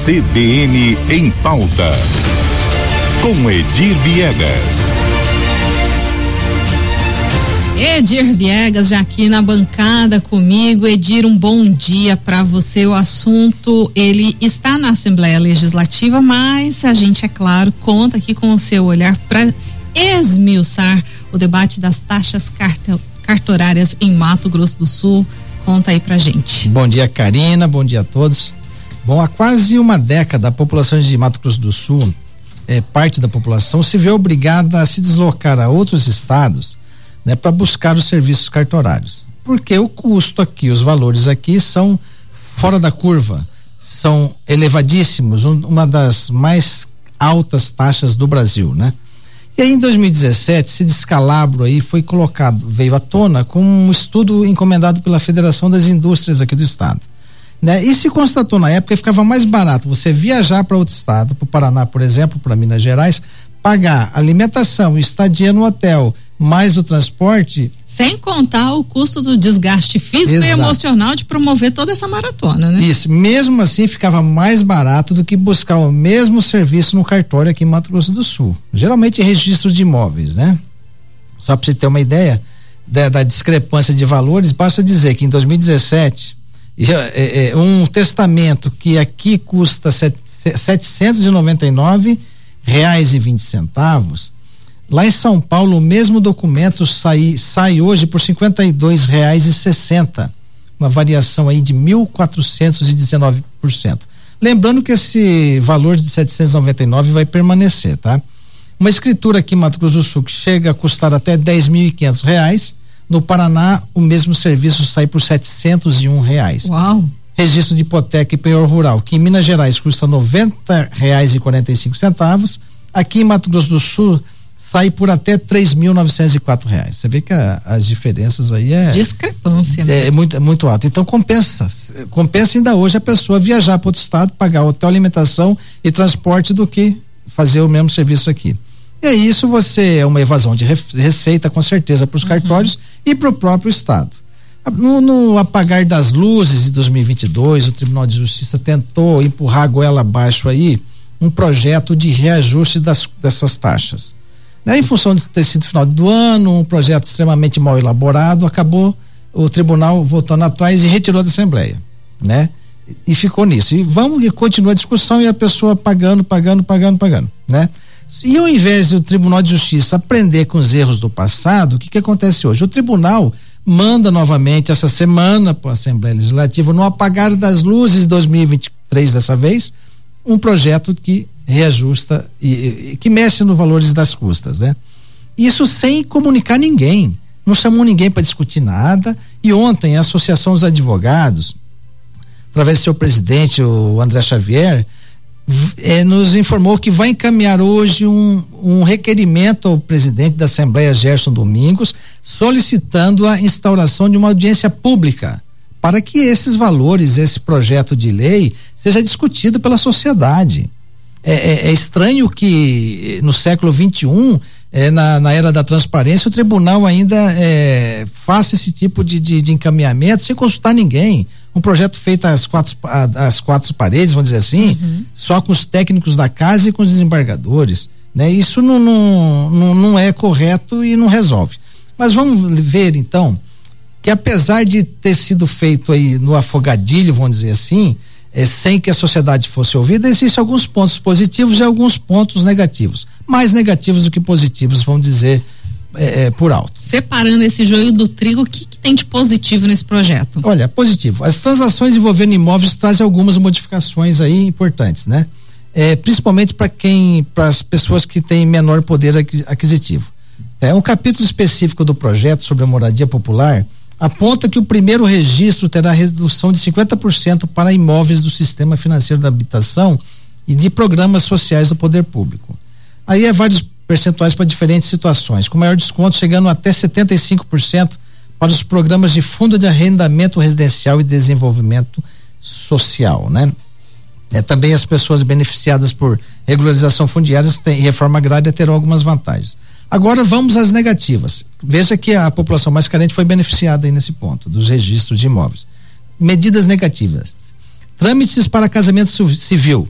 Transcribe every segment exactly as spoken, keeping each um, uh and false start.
C B N em Pauta, com Edir Viegas. Edir Viegas já aqui na bancada comigo. Edir, um bom dia para você. O assunto, ele está na Assembleia Legislativa, mas a gente, é claro, conta aqui com o seu olhar para esmiuçar o debate das taxas cartorárias em Mato Grosso do Sul. Conta aí pra gente. Bom dia, Karina, bom dia a todos. Bom, há quase uma década a população de Mato Grosso do Sul, é, parte da população, se vê obrigada a se deslocar a outros estados, né, para buscar os serviços cartorários, porque o custo aqui, os valores aqui são fora da curva, são elevadíssimos, um, uma das mais altas taxas do Brasil, né? E aí em dois mil e dezessete esse descalabro aí foi colocado, veio à tona com um estudo encomendado pela Federação das Indústrias aqui do estado, né? E se constatou na época que ficava mais barato você viajar para outro estado, para o Paraná, por exemplo, para Minas Gerais, pagar alimentação, estadia no hotel, mais o transporte. Sem contar o custo do desgaste físico Exato. E emocional de promover toda essa maratona, né? Isso, mesmo assim ficava mais barato do que buscar o mesmo serviço no cartório aqui em Mato Grosso do Sul. Geralmente registro de imóveis, né? Só para você ter uma ideia da, da discrepância de valores, basta dizer que em dois mil e dezessete é, é, um testamento que aqui custa setecentos e noventa e nove reais e vinte centavos, lá em São Paulo, o mesmo documento sai, sai hoje por cinquenta e dois reais e sessenta, uma variação aí de mil quatrocentos e dezenove por cento. Lembrando que esse valor de setecentos e noventa e nove vai permanecer, tá? Uma escritura aqui em Mato Grosso do Sul que chega a custar até dez mil e quinhentos reais, no Paraná o mesmo serviço sai por setecentos e um reais. Uau! Registro de hipoteca e penhor rural, que em Minas Gerais custa noventa reais e quarenta e cinco centavos, aqui em Mato Grosso do Sul sai por até três mil novecentos e quatro reais. Você vê que a, as diferenças aí é discrepância é, é muito, é muito alta. Então compensa, compensa ainda hoje a pessoa viajar para outro estado, pagar hotel, alimentação e transporte do que fazer o mesmo serviço aqui. E aí isso você é uma evasão de receita com certeza para os uhum. cartórios e para o próprio estado. No, no apagar das luzes de dois mil e vinte e dois, o Tribunal de Justiça tentou empurrar a goela abaixo aí um projeto de reajuste das, dessas taxas. Né? Em função de ter sido final do ano, um projeto extremamente mal elaborado, acabou o tribunal voltando atrás e retirou da Assembleia, né? E, e ficou nisso. E vamos e continua a discussão e a pessoa pagando, pagando, pagando, pagando, né? E ao invés do Tribunal de Justiça aprender com os erros do passado, o que que acontece hoje? O tribunal manda novamente essa semana para a Assembleia Legislativa, no apagar das luzes de dois mil e vinte e três dessa vez, um projeto que reajusta e, e que mexe nos valores das custas, né? Isso sem comunicar ninguém, não chamou ninguém para discutir nada. E ontem a Associação dos Advogados, através do seu presidente, o André Xavier, eh, nos informou que vai encaminhar hoje um, um requerimento ao presidente da Assembleia, Gerson Domingos, solicitando a instauração de uma audiência pública para que esses valores, esse projeto de lei seja discutido pela sociedade. É, é, é estranho que no século vinte e um, é, na, na era da transparência, o tribunal ainda é, faça esse tipo de, de, de encaminhamento sem consultar ninguém. Um projeto feito às quatro, às quatro paredes, vamos dizer assim, uhum. só com os técnicos da casa e com os desembargadores, né? Isso não, não, não, não é correto e não resolve. Mas vamos ver então que apesar de ter sido feito aí no afogadilho, vamos dizer assim, É, sem que a sociedade fosse ouvida, existem alguns pontos positivos e alguns pontos negativos, mais negativos do que positivos, vamos dizer, é, é, por alto. Separando esse joio do trigo, o que, que tem de positivo nesse projeto? Olha, positivo, as transações envolvendo imóveis trazem algumas modificações aí importantes, né? É, principalmente para quem, para as pessoas que têm menor poder aquisitivo. É um capítulo específico do projeto sobre a moradia popular aponta que o primeiro registro terá redução de cinquenta por cento para imóveis do sistema financeiro da habitação e de programas sociais do poder público. Aí é vários percentuais para diferentes situações, com maior desconto chegando até setenta e cinco por cento para os programas de fundo de arrendamento residencial e desenvolvimento social, né? É, também as pessoas beneficiadas por regularização fundiária e reforma agrária terão algumas vantagens. Agora vamos às negativas. Veja que a população mais carente foi beneficiada aí nesse ponto, dos registros de imóveis. Medidas negativas. Trâmites para casamento civil.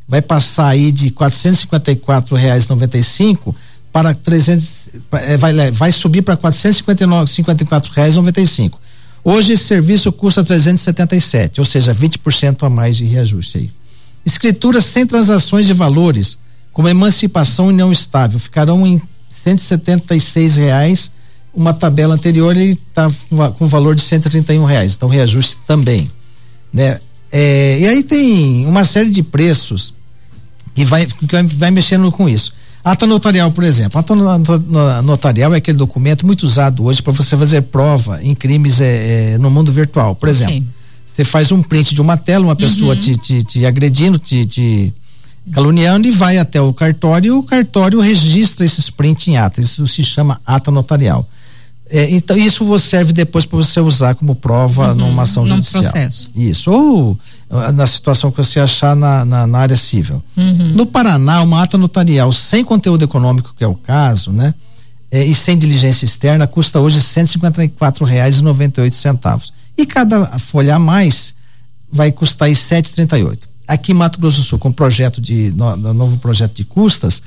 vai passar aí de quatrocentos e cinquenta e quatro reais e noventa e cinco para trezentos, vai, vai subir para quatrocentos e cinquenta e quatro reais e noventa e cinco. Hoje esse serviço custa trezentos e setenta e sete, ou seja, vinte por cento a mais de reajuste aí. Escrituras sem transações de valores, como emancipação e união estável, ficarão em cento e setenta e seis reais. Uma tabela anterior ele está com valor de cento e trinta e um reais, então reajuste também, né? É, e aí tem uma série de preços que vai, que vai, vai mexendo com isso. Ata notarial, por exemplo. Ata notarial é aquele documento muito usado hoje para você fazer prova em crimes é, é, no mundo virtual. Por okay. exemplo, você faz um print de uma tela, uma pessoa uhum. te, te, te agredindo, te, te caluniando e vai até o cartório e o cartório registra esses prints em ata. Isso se chama ata notarial. É, então isso você serve depois para você usar como prova uhum, numa ação judicial. Processo. Isso, ou na situação que você achar na, na, na área civil. Uhum. No Paraná, uma ata notarial sem conteúdo econômico, que é o caso, né? É, e sem diligência externa, custa hoje cento e cinquenta e quatro reais e noventa e oito centavos. E cada folha a mais vai custar aí sete reais e trinta e oito. Aqui em Mato Grosso do Sul, com projeto de, no, no novo projeto de custas,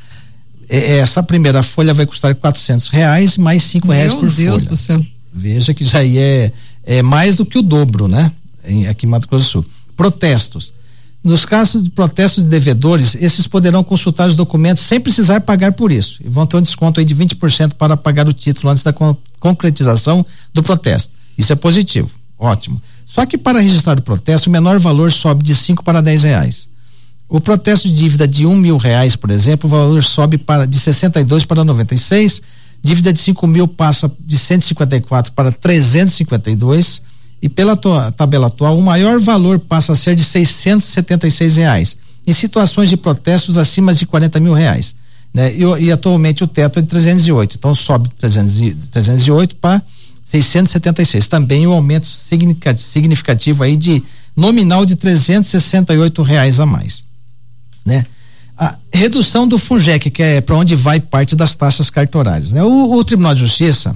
essa primeira folha vai custar quatrocentos reais mais cinco reais por folha. Meu Deus do céu. Veja que já é, é mais do que o dobro, né? Em, aqui em Mato Grosso do Sul. Protestos. Nos casos de protestos de devedores, esses poderão consultar os documentos sem precisar pagar por isso. E vão ter um desconto aí de vinte por cento para pagar o título antes da con- concretização do protesto. Isso é positivo. Ótimo. Só que para registrar o protesto, o menor valor sobe de cinco para dez reais. O protesto de dívida de um mil reais, por exemplo, o valor sobe para de sessenta e dois para noventa e seis, dívida de cinco mil passa de cento e cinquenta e quatro para trezentos e cinquenta e dois, e pela to- tabela atual, o maior valor passa a ser de seiscentos e setenta e seis reais, em situações de protestos acima de quarenta mil reais, né? E, e atualmente o teto é de trezentos e oito, então sobe de trezentos e oito para seiscentos e setenta e seis, também o um aumento significativo, significativo aí de nominal de trezentos e sessenta e oito reais a mais. Né? A redução do Funjec, que é para onde vai parte das taxas cartorárias, né? O, o Tribunal de Justiça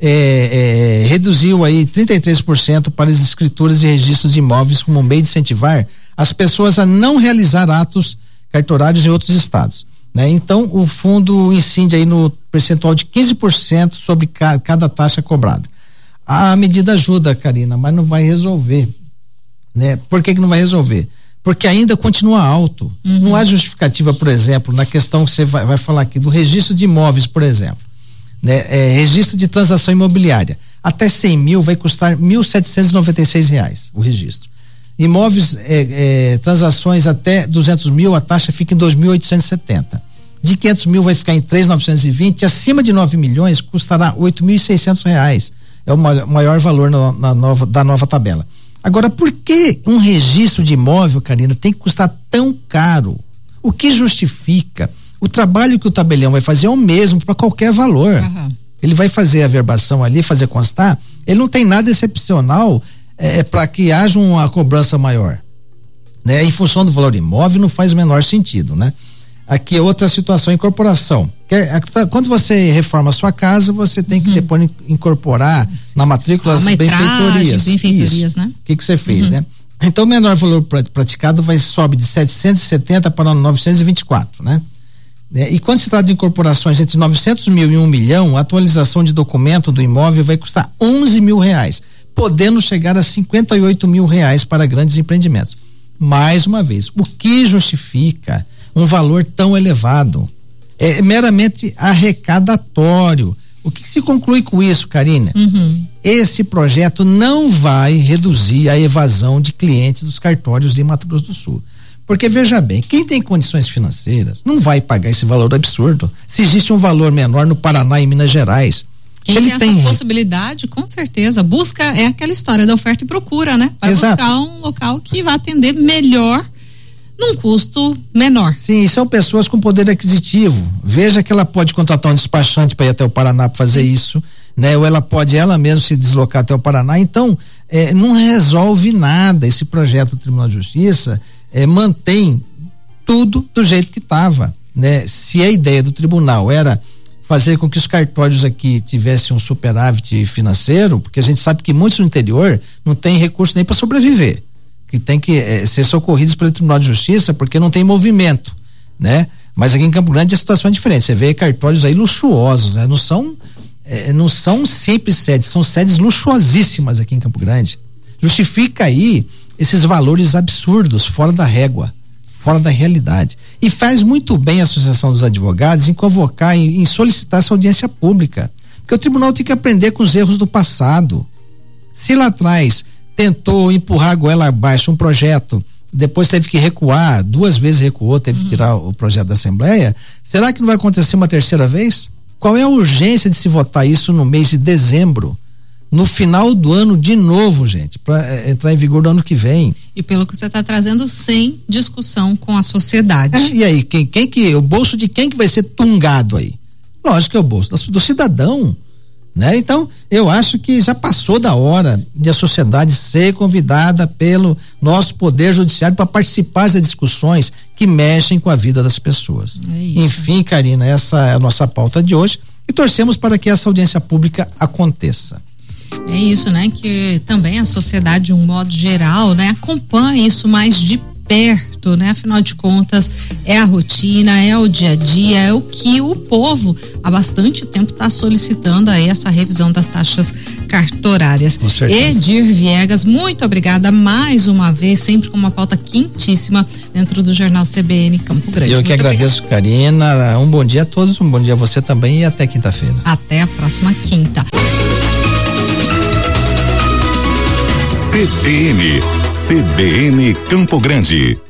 é, é, reduziu aí trinta e três por cento para as escrituras e registros de imóveis como um meio de incentivar as pessoas a não realizar atos cartorários em outros estados, né? Então o fundo incide aí no percentual de quinze por cento sobre ca, cada taxa cobrada. A medida ajuda, Karina, mas não vai resolver, né? Por que que não vai resolver? Porque ainda continua alto. Uhum. Não há justificativa, por exemplo, na questão que você vai, vai falar aqui do registro de imóveis, por exemplo, né? É, registro de transação imobiliária. Até cem mil vai custar mil setecentos e noventa e seis reais o registro. Imóveis, é, é, transações até duzentos mil, a taxa fica em dois mil oitocentos e setenta. De quinhentos mil vai ficar em três mil novecentos e vinte. Acima de nove milhões custará oito mil e seiscentos reais. É o maior valor no, na nova, da nova tabela. Agora, por que um registro de imóvel, Karina, tem que custar tão caro? O que justifica? O trabalho que o tabelião vai fazer é o mesmo para qualquer valor. Uhum. Ele vai fazer a verbação ali, fazer constar. Ele não tem nada excepcional é, para que haja uma cobrança maior, né? Em função do valor imóvel não faz o menor sentido, né? Aqui é outra situação, incorporação. Quando você reforma a sua casa, você tem que uhum. depois incorporar Sim. na matrícula as benfeitorias. benfeitorias né? O que que você fez, uhum. né? Então o menor valor praticado vai sobe de setecentos e setenta para novecentos e vinte e quatro, né? E quando se trata de incorporações entre novecentos mil e um milhão, a atualização de documento do imóvel vai custar onze mil reais, podendo chegar a cinquenta e oito mil reais para grandes empreendimentos. Mais uma vez, o que justifica um valor tão elevado? É meramente arrecadatório. O que, que se conclui com isso, Karina? Uhum. Esse projeto não vai reduzir a evasão de clientes dos cartórios de Mato Grosso do Sul. Porque, veja bem, quem tem condições financeiras não vai pagar esse valor absurdo. Se existe um valor menor no Paraná e Minas Gerais. Quem ele tem, tem essa possibilidade, com certeza, busca, é aquela história da oferta e procura, né? Vai Exato. buscar um local que vai atender melhor num custo menor. Sim, são pessoas com poder aquisitivo. Veja que ela pode contratar um despachante para ir até o Paraná para fazer Sim. isso, né? Ou ela pode ela mesma se deslocar até o Paraná. Então, é, não resolve nada. Esse projeto do Tribunal de Justiça é, mantém tudo do jeito que estava, né? Se a ideia do tribunal era fazer com que os cartórios aqui tivessem um superávit financeiro, porque a gente sabe que muitos no interior não têm recurso nem para sobreviver. que tem que eh, ser socorridos pelo Tribunal de Justiça porque não tem movimento, né? Mas aqui em Campo Grande a situação é diferente. Você vê cartórios aí luxuosos, né? Não são eh, não são simples sedes, são sedes luxuosíssimas aqui em Campo Grande. Justifica aí esses valores absurdos, fora da régua, fora da realidade. E faz muito bem a Associação dos Advogados em convocar, em, em solicitar essa audiência pública. Porque o tribunal tem que aprender com os erros do passado. Se lá atrás tentou empurrar a goela abaixo um projeto, depois teve que recuar, duas vezes recuou, teve uhum. que tirar o projeto da Assembleia, será que não vai acontecer uma terceira vez? Qual é a urgência de se votar isso no mês de dezembro? No final do ano de novo, gente, para é, entrar em vigor no ano que vem. E pelo que você está trazendo, sem discussão com a sociedade. É, e aí, quem, quem que, o bolso de quem que vai ser tungado aí? Lógico que é o bolso do, do cidadão, né? Então, eu acho que já passou da hora de a sociedade ser convidada pelo nosso poder judiciário para participar das discussões que mexem com a vida das pessoas. É isso. Enfim, Karina, essa é a nossa pauta de hoje e torcemos para que essa audiência pública aconteça. É isso, né? Que também a sociedade, de um modo geral, né, acompanha isso mais de perto, né? Afinal de contas, é a rotina, é o dia a dia, é o que o povo há bastante tempo está solicitando aí, essa revisão das taxas cartorárias. Com certeza. Edir Viegas, muito obrigada mais uma vez, sempre com uma pauta quentíssima dentro do Jornal C B N Campo Grande. Eu que muito agradeço, obrigada. Karina. Um bom dia a todos, um bom dia a você também e até quinta-feira. Até a próxima quinta. C B N, C B N Campo Grande.